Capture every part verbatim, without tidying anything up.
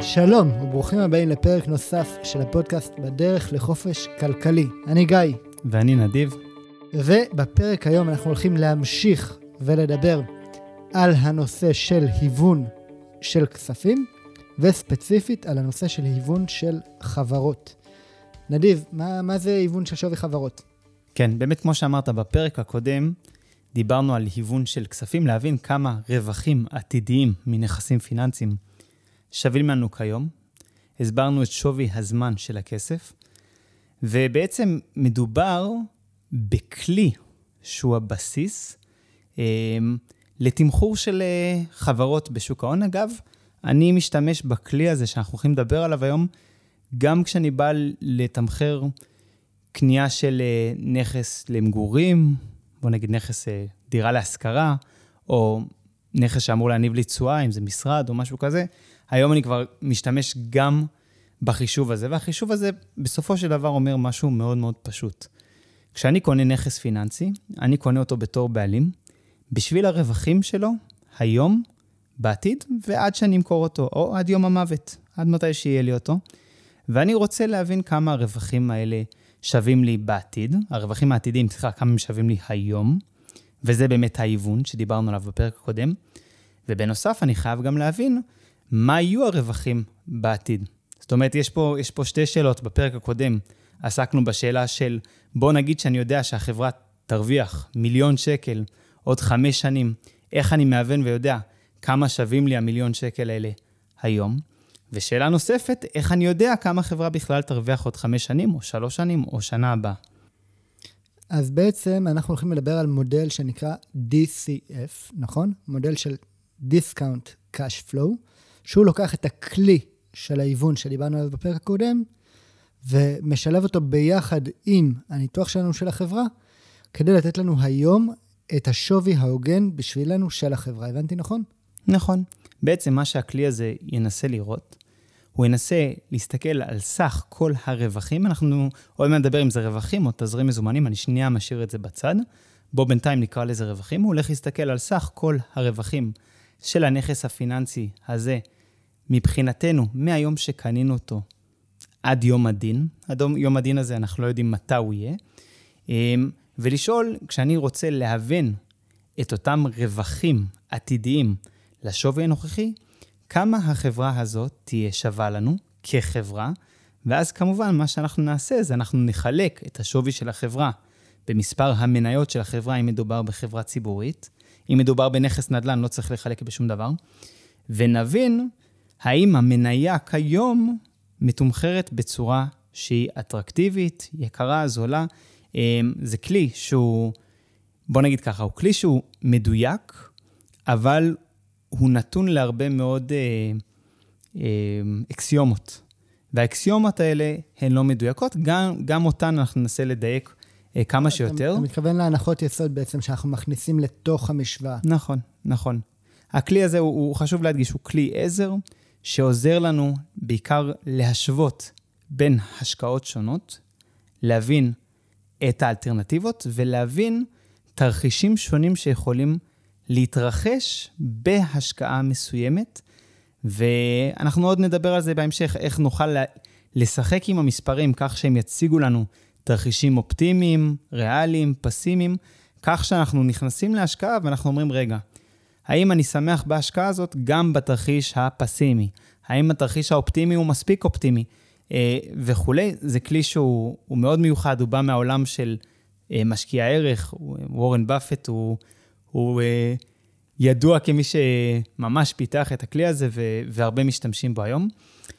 שלום וברוכים הבאים לפרק נוסף של הפודקאסט בדרך לחופש כלכלי. אני גיא. ואני נדיב. ובפרק היום אנחנו הולכים להמשיך ולדבר על הנושא של היוון של כספים, וספציפית על הנושא של היוון של חברות. נדיב, מה, מה זה היוון של שווי חברות? כן, באמת כמו שאמרת בפרק הקודם, דיברנו על היוון של כספים, להבין כמה רווחים עתידיים מנכסים פיננסיים שווים לנו כיום. הסברנו את שווי הזמן של הכסף, ובעצם מדובר בכלי שהוא הבסיס אה, לתמחור של אה, חברות בשוק ההון. אגב, אני משתמש בכלי הזה שאנחנו הולכים לדבר עליו היום, גם כשאני בא לתמחר קנייה של אה, נכס למגורים, בוא נגיד נכס אה, דירה להשכרה, או נכס שאמור להניב לי תשואה, אם זה משרד או משהו כזה. היום אני כבר משתמש גם בחישוב הזה, והחישוב הזה בסופו של דבר אומר משהו מאוד מאוד פשוט. כשאני קונה נכס פיננסי, אני קונה אותו בתור בעלים, בשביל הרווחים שלו, היום, בעתיד, ועד שאני אמכור אותו, או עד יום המוות, עד מתי שיהיה לי אותו. ואני רוצה להבין כמה הרווחים האלה שווים לי בעתיד, הרווחים העתידיים, סליחה, כמה הם שווים לי היום, וזה באמת ההיוון שדיברנו עליו בפרק הקודם. ובנוסף, אני חייב גם להבין מה יהיו הרווחים בעתיד. זאת אומרת, יש פה, יש פה שתי שאלות. בפרק הקודם עסקנו בשאלה של, בוא נגיד שאני יודע שהחברה תרוויח מיליון שקל עוד חמש שנים, איך אני מאבן ויודע כמה שווים לי המיליון שקל האלה היום. ושאלה נוספת, איך אני יודע כמה חברה בכלל תרוויח עוד חמש שנים, או שלוש שנים, או שנה הבאה. אז בעצם אנחנו הולכים לדבר על מודל שנקרא די סי אף, נכון? מודל של Discount Cash Flow, שהוא לוקח את הכלי של ההיוון שדיברנו עליו בפרק הקודם, ומשלב אותו ביחד עם הניתוח שלנו של החברה, כדי לתת לנו היום את השווי ההוגן בשבילנו של החברה. הבנתי נכון? נכון. בעצם מה שהכלי הזה ינסה לראות, הוא ינסה להסתכל על סך כל הרווחים. אנחנו עוד מעט נדבר אם זה רווחים או תזרים מזומנים, אני שנייה משאיר את זה בצד. בוא בינתיים נקרא לזה רווחים. הוא הולך להסתכל על סך כל הרווחים של הנכס הפיננסי הזה, מבחינתנו, מהיום שקנינו אותו עד יום הדין. עד יום הדין הזה אנחנו לא יודעים מתי הוא יהיה. ולשאול, כשאני רוצה להבין את אותם רווחים עתידיים לשווי הנוכחי, כמה החברה הזאת תהיה שווה לנו כחברה, ואז כמובן מה שאנחנו נעשה זה אנחנו נחלק את השווי של החברה במספר המניות של החברה, אם מדובר בחברה ציבורית, אם מדובר בנכס נדל"ן, לא צריך לחלק בשום דבר, ונבין האם המניה כיום מתומחרת בצורה שהיא אטרקטיבית, יקרה, זולה. זה כלי שהוא, בוא נגיד ככה, הוא כלי שהוא מדויק, אבל הוא נתון להרבה מאוד אה, אה, אקסיומות. והאקסיומות האלה הן לא מדויקות, גם, גם אותן אנחנו ננסה לדייק אה, כמה שיותר. אתה מתכוון להנחות יסוד בעצם שאנחנו מכניסים לתוך המשוואה. נכון, נכון. הכלי הזה הוא, הוא חשוב להדגיש, הוא כלי עזר שעוזר לנו בעיקר להשוות בין השקעות שונות, להבין את האלטרנטיבות ולהבין תרחישים שונים שיכולים להתרחש בהשקעה מסוימת, ואנחנו עוד נדבר על זה בהמשך, איך נוכל לשחק עם המספרים, כך שהם יציגו לנו תרחישים אופטימיים, ריאליים, פסימיים, כך שאנחנו נכנסים להשקעה ואנחנו אומרים, רגע, האם אני שמח בהשקעה הזאת גם בתרחיש הפסימי? האם התרחיש האופטימי הוא מספיק אופטימי? אה, וכולי, זה כלי שהוא הוא מאוד מיוחד, הוא בא מהעולם של אה, משקיע ערך, וורן באפט הוא... הוא uh, ידוע כמי שממש פיתח את הכלי הזה, ו- והרבה משתמשים בו היום.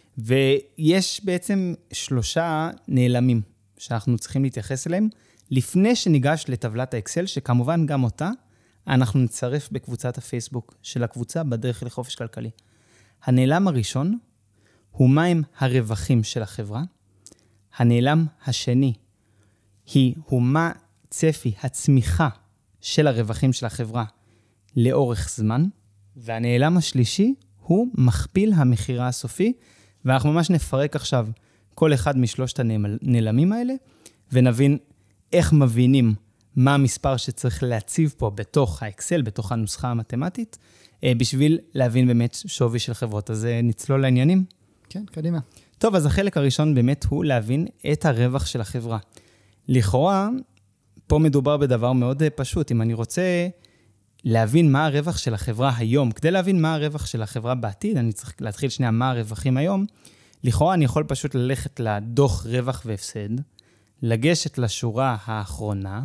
ויש בעצם שלושה נעלמים שאנחנו צריכים להתייחס אליהם, לפני שניגש לטבלת האקסל, שכמובן גם אותה, אנחנו נצרף בקבוצת הפייסבוק של הקבוצה בדרך לחופש כלכלי. הנעלם הראשון הוא מהם הרווחים של החברה. הנעלם השני היא, הוא מה צפי הצמיחה של הרווחים של החברה לאורך זמן, והנעלם השלישי הוא מכפיל המחירה הסופי, ואנחנו ממש נפרק עכשיו כל אחד משלושת הנעלמים האלה, ונבין איך מבינים מה המספר שצריך להציב פה בתוך האקסל, בתוך הנוסחה המתמטית, בשביל להבין באמת שווי של חברות. אז נצלול לעניינים. כן, קדימה. טוב, אז החלק הראשון באמת הוא להבין את הרווח של החברה. לכאורה, פה מדובר בדבר מאוד פשוט. אם אני רוצה להבין מה הרווח של החברה היום, כדי להבין מה הרווח של החברה בעתיד, אני צריך להתחיל שנייה מה הרווחים היום. לכאורה אני יכול פשוט ללכת לדוח רווח והפסד, לגשת לשורה האחרונה,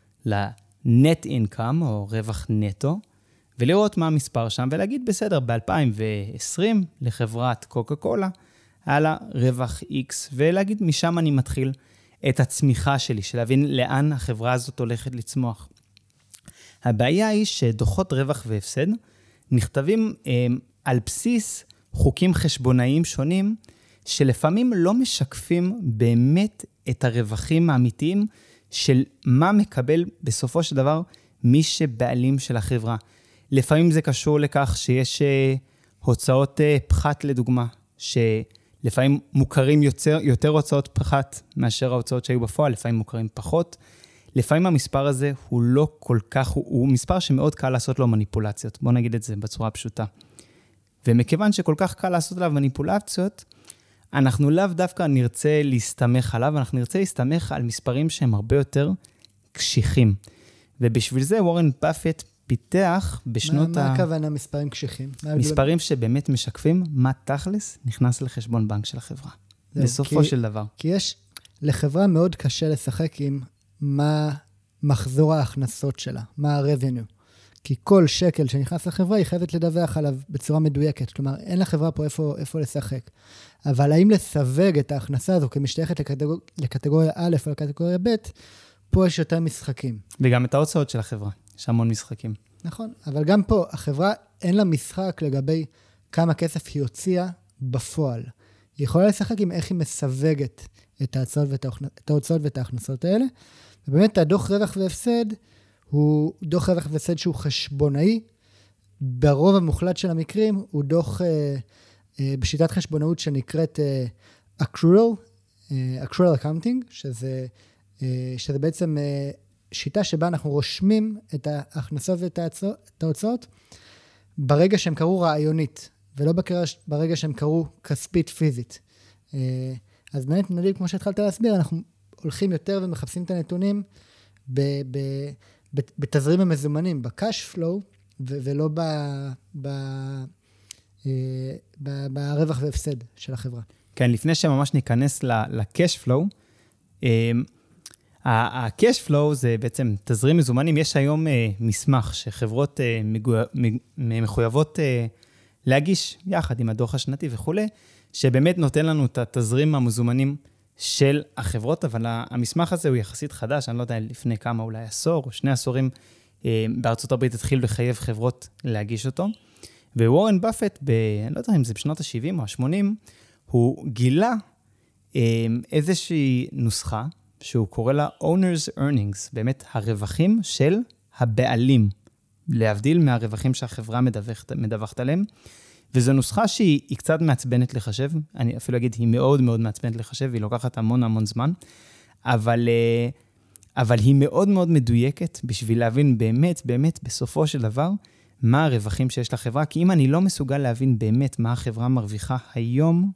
ל-net income או רווח נטו, ולראות מה המספר שם, ולהגיד בסדר, ב-אלפיים ועשרים לחברת קוקה קולה, היה לה רווח X, ולהגיד משם אני מתחיל את הצמיחה שלי, של להבין לאן החברה הזאת הולכת לצמוח. הבעיה היא שדוחות רווח והפסד נכתבים אה, על בסיס חוקים חשבונאיים שונים, שלפעמים לא משקפים באמת את הרווחים האמיתיים של מה מקבל בסופו של דבר מי שבעלים של החברה. לפעמים זה קשור לכך שיש אה, הוצאות אה, פחת לדוגמה, שלפעמים מוכרים יותר, יותר הוצאות פחת מאשר ההוצאות שהיו בפועל, לפעמים מוכרים פחות. לפעמים המספר הזה הוא לא כל כך, הוא, הוא מספר שמאוד קל לעשות לו מניפולציות. בואו נגיד את זה בצורה פשוטה. ומכיוון שכל כך קל לעשות עליו מניפולציות, אנחנו לאו דווקא נרצה להסתמך עליו, אנחנו נרצה להסתמך על מספרים שהם הרבה יותר קשיחים. ובשביל זה וורן באפט פיתח בשנות מה, ה... מה הכוונה מספרים קשיחים? מספרים שבאמת משקפים מה תכלס נכנס לחשבון בנק של החברה. זהו, בסופו כי, של דבר. כי יש, לחברה מאוד קשה לשחק עם מה מחזור ההכנסות שלה, מה ה-revenue. כי כל שקל שנכנס לחברה היא חייבת לדווח עליו בצורה מדויקת. כלומר, אין לחברה פה איפה, איפה לשחק. אבל האם לסווג את ההכנסה הזו כמשתייכת לקטגור... לקטגוריה א' או לקטגוריה ב', פה יש יותר משחקים. וגם את ההוצאות של החברה. יש המון משחקים. נכון, אבל גם פה, החברה אין לה משחק לגבי כמה כסף היא הוציאה בפועל. היא יכולה לשחק עם איך היא מסווגת את ההוצאות ואת, ההכנ... את ההוצאות ואת ההכנסות האלה. ובאמת, הדוח רווח והפסד הוא דוח רווח והפסד שהוא חשבונאי. ברוב המוחלט של המקרים הוא דוח אה, אה, בשיטת חשבונאות שנקראת אה, accrual, אה, accrual accounting, שזה, אה, שזה בעצם אה, שיטה שבה אנחנו רושמים את ההכנסות ואת ההוצאות ברגע שהם קרו רעיונית, ולא ברגע שהם קרו כספית פיזית. אה, אז באמת, נדיב, כמו שהתחלת להסביר, אנחנו הולכים יותר ומחפשים את הנתונים ב... ב בתזרים המזומנים, ב-cash flow, ולא ברווח והפסד של החברה. כן, לפני שממש ניכנס ל-cash flow, ה-cash flow זה בעצם תזרים מזומנים. יש היום מסמך שחברות מחויבות להגיש יחד עם הדוח השנתי וכו', שבאמת נותן לנו את התזרים המזומנים של החברות, אבל המסמך הזה הוא יחסית חדש, אני לא יודע, לפני כמה, אולי עשור או שני עשורים, בארצות הברית התחיל לחייב חברות להגיש אותו, ווורן באפט, ב, אני לא יודע אם זה בשנות ה-שבעים או ה-שמונים, הוא גילה איזושהי נוסחה, שהוא קורא לה Owner's Earnings, באמת הרווחים של הבעלים, להבדיל מהרווחים שהחברה מדווחת, מדווחת עליהם, וזו נוסחה שהיא קצת מעצבנת לחשב, אני אפילו אגיד, היא מאוד מאוד מעצבנת לחשב, היא לוקחת המון המון זמן, אבל, אבל היא מאוד מאוד מדויקת בשביל להבין באמת, באמת, בסופו של דבר, מה הרווחים שיש לחברה, כי אם אני לא מסוגל להבין באמת מה החברה מרוויחה היום,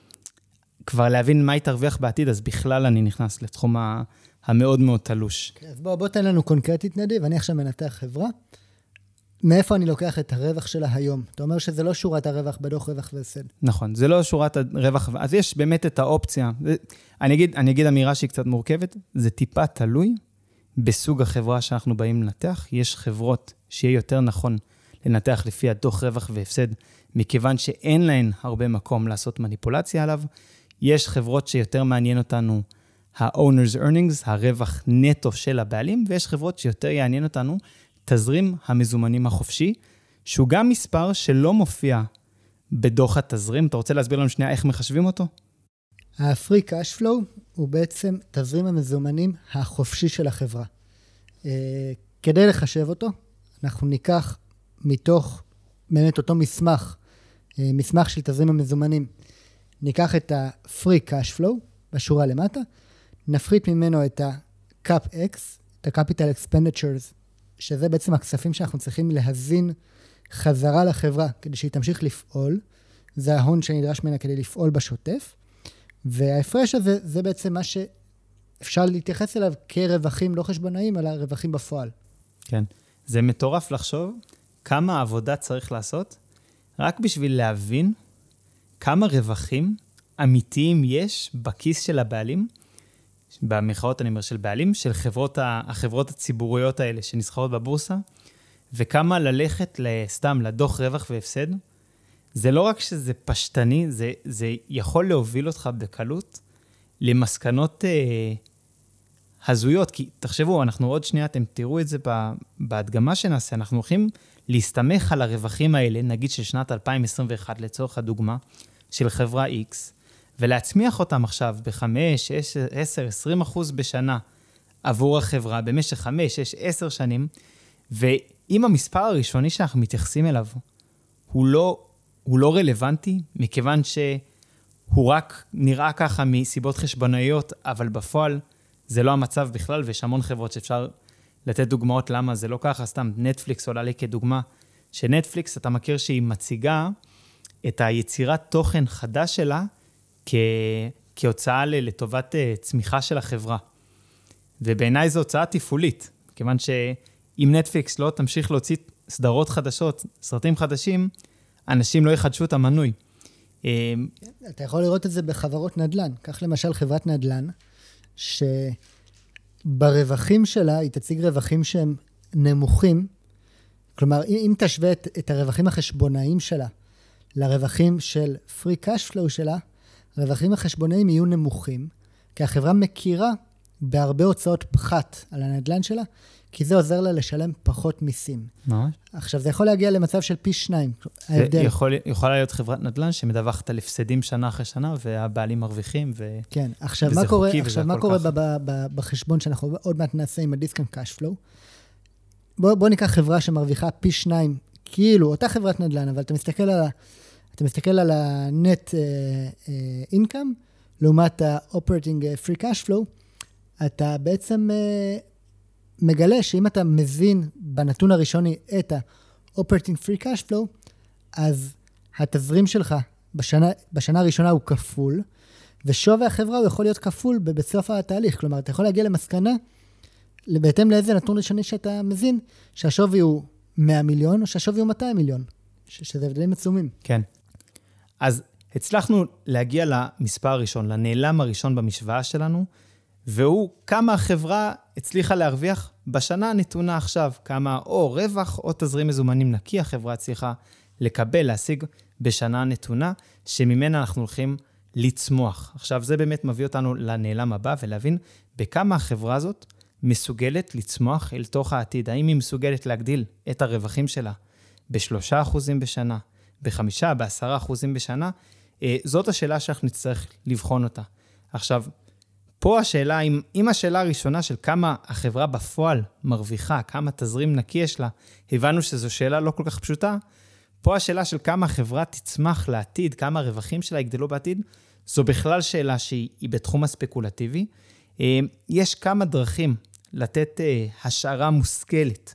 כבר להבין מה היא תרוויח בעתיד, אז בכלל אני נכנס לתחום המאוד מאוד תלוש. Okay, אז בוא, בוא תן לנו קונקרטית נדיב, אני עכשיו מנתח חברה, מאיפה אני לוקח את הרווח שלה היום? אתה אומר שזה לא שורת הרווח בדוח רווח והפסד. נכון, זה לא שורת הרווח, אז יש באמת את האופציה. אני אגיד, אני אגיד אמירה שהיא קצת מורכבת, זה טיפה תלוי בסוג החברה שאנחנו באים לנתח. יש חברות שיהיה יותר נכון לנתח לפי הדוח רווח והפסד, מכיוון שאין להן הרבה מקום לעשות מניפולציה עליו. יש חברות שיותר מעניין אותנו ה-Owner's Earnings, הרווח נטו של הבעלים, ויש חברות שיותר יעניין אותנו תזרים המזומנים החופשי, שהוא גם מספר שלא מופיע בדוח התזרים. אתה רוצה להסביר לנו שנייה איך מחשבים אותו? ה-Free Cash Flow הוא בעצם תזרים המזומנים החופשי של החברה. כדי לחשב אותו, אנחנו ניקח מתוך באמת אותו מסמך, מסמך של תזרים המזומנים, ניקח את ה-Free Cash Flow בשורה למטה, נפחית ממנו את ה-CapEx, את ה-Capital Expenditures, שזה בעצם הכספים שאנחנו צריכים להזין חזרה לחברה, כדי שהיא תמשיך לפעול, זה ההון שנדרש ממנה כדי לפעול בשוטף, וההפרש הזה זה בעצם מה שאפשר להתייחס אליו כרווחים לא חשבונאיים, אלא רווחים בפועל. כן, זה מטורף לחשוב כמה עבודה צריך לעשות, רק בשביל להבין כמה רווחים אמיתיים יש בכיס של הבעלים, במחאות אני אומר של בעלים, של חברות, החברות הציבוריות האלה שנסחרות בבורסה, וכמה ללכת לסתם לדוח רווח והפסד. זה לא רק שזה פשטני, זה, זה יכול להוביל אותך בקלות למסקנות אה, הזויות, כי תחשבו, אנחנו עוד שנייה, אתם תראו את זה בהדגמה שנעשה, אנחנו הולכים להסתמך על הרווחים האלה, נגיד של שנת אלפיים עשרים ואחת לצורך הדוגמה, של חברה X, ולהצמיח אותם עכשיו ב-חמש, עשר, עשרים אחוז בשנה עבור החברה, במשך חמש, שש, עשר שנים, ואם המספר הראשוני שאנחנו מתייחסים אליו, הוא לא, הוא לא רלוונטי, מכיוון שהוא רק נראה ככה מסיבות חשבונאיות, אבל בפועל זה לא המצב בכלל, ויש המון חברות שאפשר לתת דוגמאות למה זה לא ככה, סתם נטפליקס עולה לי כדוגמה, שנטפליקס, אתה מכיר שהיא מציגה את היצירת תוכן חדש שלה, כ... כהוצאה לטובת צמיחה של החברה. ובעיניי זו הוצאה תפעולית, כיוון שאם נטפליקס לא תמשיך להוציא סדרות חדשות, סרטים חדשים, אנשים לא יחדשו את המנוי. אתה יכול לראות את זה בחברות נדל"ן. כך למשל חברת נדל"ן, שברווחים שלה היא תציג רווחים שהם נמוכים, כלומר, אם תשווה את, את הרווחים החשבונאיים שלה לרווחים של free cash flow שלה, הרווחים החשבונאיים יהיו נמוכים, כי החברה מכירה בהרבה הוצאות פחת על הנדל"ן שלה, כי זה עוזר לה לשלם פחות מיסים. ממש. עכשיו, זה יכול להגיע למצב של פי שניים. ההבדל. יכול, יכולה להיות חברת נדל"ן שמדווחת על הפסדים שנה אחרי שנה, והבעלים מרוויחים, ו... כן, עכשיו מה קורה, עכשיו מה קורה ב- ב- ב- בחשבון שאנחנו עוד מעט נעשה עם ה-discount cash flow? בוא, בוא ניקח חברה שמרוויחה פי שניים, כאילו, אותה חברת נדל"ן, אבל אתה מסתכל על ה... אתה מסתכל על ה-net uh, uh, income, לעומת ה-operating uh, free cash flow, אתה בעצם uh, מגלה שאם אתה מזין בנתון הראשוני את ה-operating free cash flow, אז התזרים שלך בשנה, בשנה הראשונה הוא כפול, ושווי החברה הוא יכול להיות כפול בסוף התהליך. כלומר, אתה יכול להגיע למסקנה, בהתאם לאיזה נתון ראשוני שאתה מזין, שהשווי הוא מאה מיליון, או שהשווי הוא מאתיים מיליון, שזה הבדלים עצומים. כן. אז הצלחנו להגיע למספר הראשון, לנעלם הראשון במשוואה שלנו, והוא כמה החברה הצליחה להרוויח בשנה הנתונה עכשיו, כמה או רווח או תזרים מזומנים נקי החברה הצליחה לקבל, להשיג בשנה הנתונה, שממנה אנחנו הולכים לצמוח. עכשיו זה באמת מביא אותנו לנעלם הבא, ולהבין בכמה החברה הזאת מסוגלת לצמוח אל תוך העתיד. האם היא מסוגלת להגדיל את הרווחים שלה בשלושה אחוזים בשנה, בחמישה, בעשרה אחוזים בשנה? זאת השאלה שאנחנו נצטרך לבחון אותה. עכשיו, פה השאלה, אם, אם השאלה הראשונה של כמה החברה בפועל מרוויחה, כמה תזרים נקי יש לה, הבנו שזו שאלה לא כל כך פשוטה, פה השאלה של כמה החברה תצמח לעתיד, כמה הרווחים שלה יגדלו בעתיד, זו בכלל שאלה שהיא בתחום הספקולטיבי. יש כמה דרכים לתת השערה מושכלת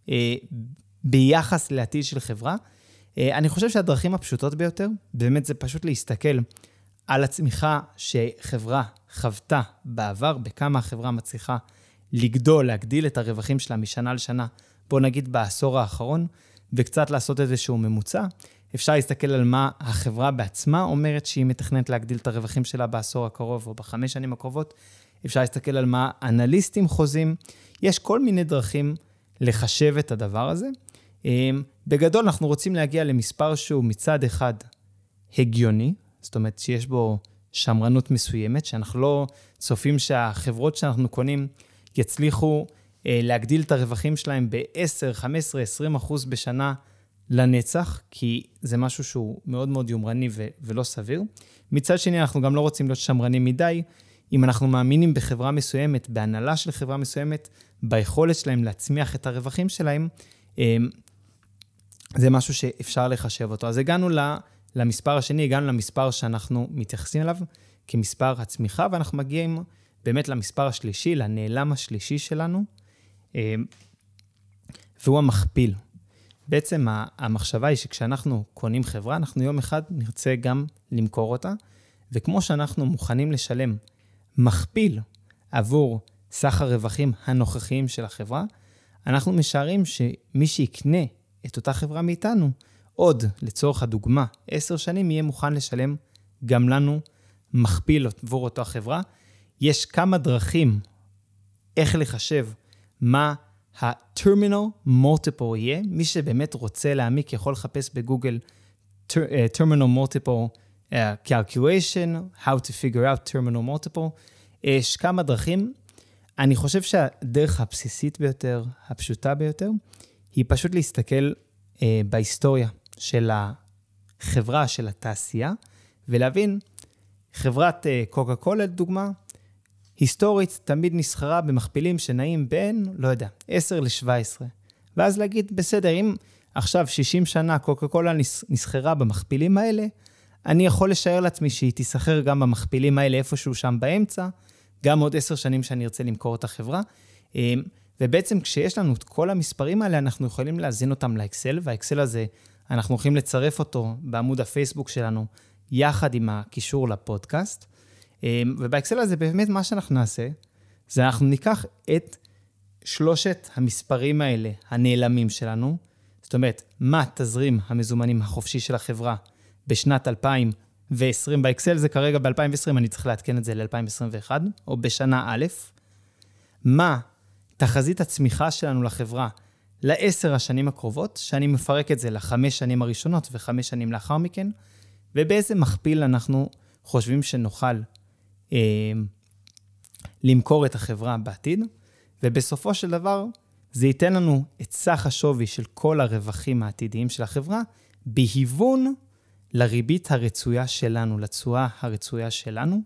ביחס לעתיד של חברה. אני חושב שהדרכים הפשוטות ביותר, באמת זה פשוט להסתכל על הצמיחה שחברה חוותה בעבר, בכמה החברה מצליחה לגדול, להגדיל את הרווחים שלה משנה לשנה, בוא נגיד בעשור האחרון, וקצת לעשות איזשהו ממוצע. אפשר להסתכל על מה החברה בעצמה אומרת שהיא מתכננת להגדיל את הרווחים שלה בעשור הקרוב או בחמש שנים הקרובות. אפשר להסתכל על מה אנליסטים חוזים. יש כל מיני דרכים לחשב את הדבר הזה. בגדול אנחנו רוצים להגיע למספר שהוא מצד אחד הגיוני, זאת אומרת שיש בו שמרנות מסוימת, שאנחנו לא צופים שהחברות שאנחנו קונים יצליחו להגדיל את הרווחים שלהם ב-עשר, חמש עשרה, עשרים אחוז בשנה לנצח, כי זה משהו שהוא מאוד מאוד יומרני ו- ולא סביר. מצד שני, אנחנו גם לא רוצים להיות שמרנים מדי, אם אנחנו מאמינים בחברה מסוימת, בהנהלה של חברה מסוימת, ביכולת שלהם להצמיח את הרווחים שלהם, זה משהו שאפשר לחשב אותו. אז הגענו למספר השני, הגענו למספר שאנחנו מתייחסים אליו כמספר הצמיחה, ואנחנו מגיעים באמת למספר השלישי, לנעלם השלישי שלנו, והוא המכפיל. בעצם המחשבה היא שכשאנחנו קונים חברה, אנחנו יום אחד נרצה גם למכור אותה, וכמו שאנחנו מוכנים לשלם מכפיל עבור סך הרווחים הנוכחיים של החברה, אנחנו משערים שמי שיקנה את אותה חברה מאיתנו, עוד לצורך הדוגמה, עשר שנים יהיה מוכן לשלם גם לנו מכפיל עבור אותה חברה. יש כמה דרכים איך לחשב מה ה-terminal multiple יהיה. מי שבאמת רוצה להעמיק יכול לחפש בגוגל terminal multiple uh, calculation, how to figure out terminal multiple. יש כמה דרכים. אני חושב שהדרך הבסיסית ביותר, הפשוטה ביותר, היא פשוט להסתכל uh, בהיסטוריה של החברה, של התעשייה, ולהבין, חברת uh, קוקה קולה, לדוגמה, היסטורית תמיד נסחרה במכפילים שנעים בין, לא יודע, עשר לשבע עשרה. ואז להגיד, בסדר, אם עכשיו שישים שנה קוקה קולה נסחרה במכפילים האלה, אני יכול לשער לעצמי שהיא תסחר גם במכפילים האלה איפשהו שם באמצע, גם עוד עשר שנים שאני ארצה למכור את החברה. ובעצם כשיש לנו את כל המספרים האלה, אנחנו יכולים להזין אותם לאקסל, והאקסל הזה, אנחנו יכולים לצרף אותו בעמוד הפייסבוק שלנו, יחד עם הקישור לפודקאסט. ובאקסל הזה באמת מה שאנחנו נעשה, זה אנחנו ניקח את שלושת המספרים האלה, הנעלמים שלנו, זאת אומרת, מה תזרים המזומנים החופשי של החברה בשנת אלפיים ועשרים, באקסל זה כרגע ב-אלפיים ועשרים, אני צריך להתקן את זה ל-אלפיים עשרים ואחת, או בשנה א', מה תחזית הצמיחה שלנו לחברה לעשר השנים הקרובות, שאני מפרק את זה לחמש שנים הראשונות וחמש שנים לאחר מכן, ובאיזה מכפיל אנחנו חושבים שנוכל אה, למכור את החברה בעתיד, ובסופו של דבר זה ייתן לנו את סך השווי של כל הרווחים העתידיים של החברה, בהיוון לריבית הרצויה שלנו, לתשואה הרצויה שלנו,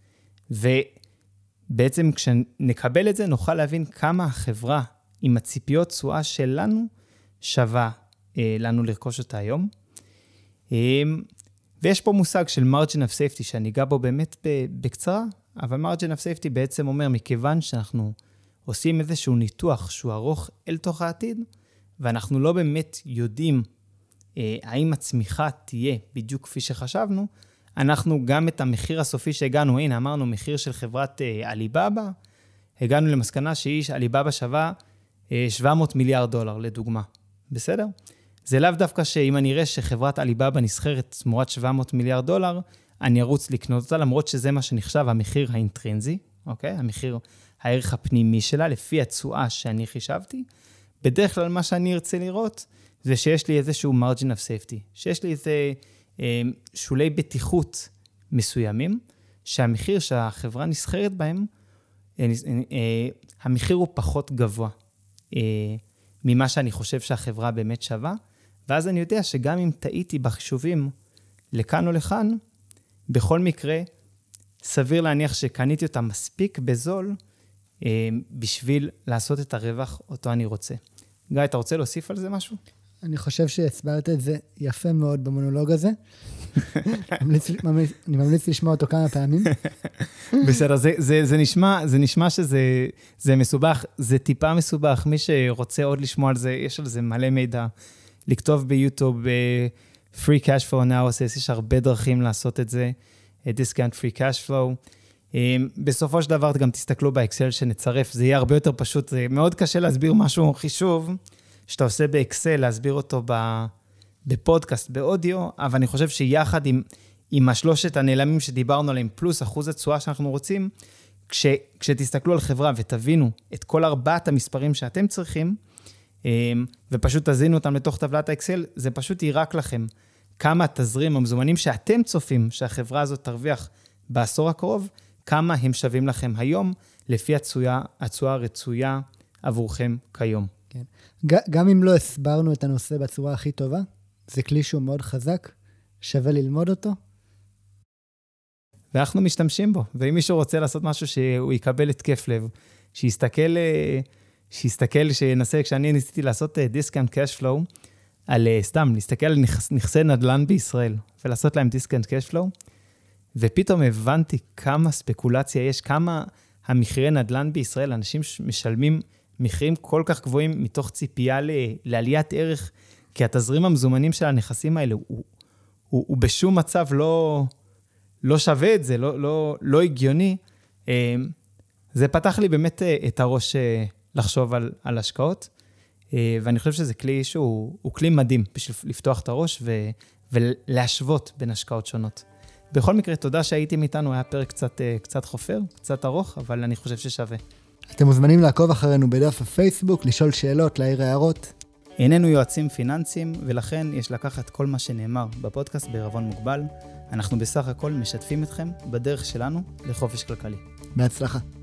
ובעצם כשנקבל את זה נוכל להבין כמה החברה עם הציפיות תשואה שלנו שווה אה, לנו לרכוש אותה היום. אה, ויש פה מושג של margin of safety שאני אגע בו באמת בקצרה, אבל margin of safety בעצם אומר מכיוון שאנחנו עושים איזשהו ניתוח שהוא ארוך אל תוך העתיד, ואנחנו לא באמת יודעים אה, האם הצמיחה תהיה בדיוק כפי שחשבנו, אנחנו גם את המחיר הסופי שהגענו, הנה אמרנו מחיר של חברת אה, עליבאבא, הגענו למסקנה שהיא עליבאבא שווה אה, שבע מאות מיליארד דולר לדוגמה, בסדר? זה לאו דווקא שאם אני אראה שחברת עליבאבא נסחרת תמורת שבע מאות מיליארד דולר, אני ארוץ לקנות אותה, למרות שזה מה שנחשב המחיר האינטרנזי, אוקיי? המחיר, הערך הפנימי שלה, לפי התשואה שאני חישבתי. בדרך כלל מה שאני ארצה לראות, זה שיש לי איזשהו margin of safety, שיש לי איזה אה, שולי בטיחות מסוימים, שהמחיר שהחברה נסחרת בהם, אה, אה, המחיר הוא פחות גבוה, אה, ממה שאני חושב שהחברה באמת שווה, ואז אני יודע שגם אם טעיתי בחישובים לכאן או לכאן, בכל מקרה, סביר להניח שקניתי אותה מספיק בזול, אה, בשביל לעשות את הרווח אותו אני רוצה. גיא, אתה רוצה להוסיף על זה משהו? אני חושב שהסברת את זה יפה מאוד במונולוג הזה. אני ממליץ לשמוע אותו כמה פעמים. בסדר, זה, זה, זה נשמע, זה נשמע שזה זה מסובך, זה טיפה מסובך. מי שרוצה עוד לשמוע על זה, יש על זה מלא מידע. לכתוב ביוטיוב, free cash flow analysis, יש הרבה דרכים לעשות את זה. discount free cash flow. בסופו של דבר, גם תסתכלו באקסל שנצרף, זה יהיה הרבה יותר פשוט. זה מאוד קשה להסביר משהו חישוב, שאתה עושה באקסל, להסביר אותו בפודקאסט, באודיו, אבל אני חושב שיחד עם, עם השלושת הנעלמים שדיברנו עליהם, פלוס אחוז התשואה שאנחנו רוצים, כש, כשתסתכלו על חברה ותבינו את כל ארבעת המספרים שאתם צריכים, ופשוט תזינו אותם לתוך טבלת האקסל, זה פשוט יירק לכם כמה תזרים המזומנים שאתם צופים שהחברה הזאת תרוויח בעשור הקרוב, כמה הם שווים לכם היום, לפי התשואה, התשואה הרצויה עבורכם כיום. כן. גם אם לא הסברנו את הנושא בצורה הכי טובה, זה כלי שהוא מאוד חזק, שווה ללמוד אותו. ואנחנו משתמשים בו, ואם מישהו רוצה לעשות משהו שהוא יקבל התקף לב, שיסתכל, שיסתכל, שינסה, כשאני ניסיתי לעשות discount cash flow, על סתם, להסתכל על נכסי נדל"ן בישראל, ולעשות להם discount cash flow, ופתאום הבנתי כמה ספקולציה יש, כמה המחירי נדל"ן בישראל, אנשים משלמים מחירים כל כך גבוהים מתוך ציפייה לעליית ערך, כי התזרים המזומנים של הנכסים האלה, הוא, הוא, הוא בשום מצב לא, לא שווה את זה, לא, לא, לא הגיוני. זה פתח לי באמת את הראש לחשוב על, על השקעות, ואני חושב שזה כלי שהוא הוא כלי מדהים בשביל לפתוח את הראש ו, ולהשוות בין השקעות שונות. בכל מקרה, תודה שהייתם איתנו, היה פרק קצת, קצת חופר, קצת ארוך, אבל אני חושב ששווה. אתם מוזמנים לעקוב אחרינו בדף הפייסבוק, לשאול שאלות, להעיר הערות. איננו יועצים פיננסיים, ולכן יש לקחת כל מה שנאמר בפודקאסט בערבון מוגבל. אנחנו בסך הכל משתפים אתכם בדרך שלנו לחופש כלכלי. בהצלחה.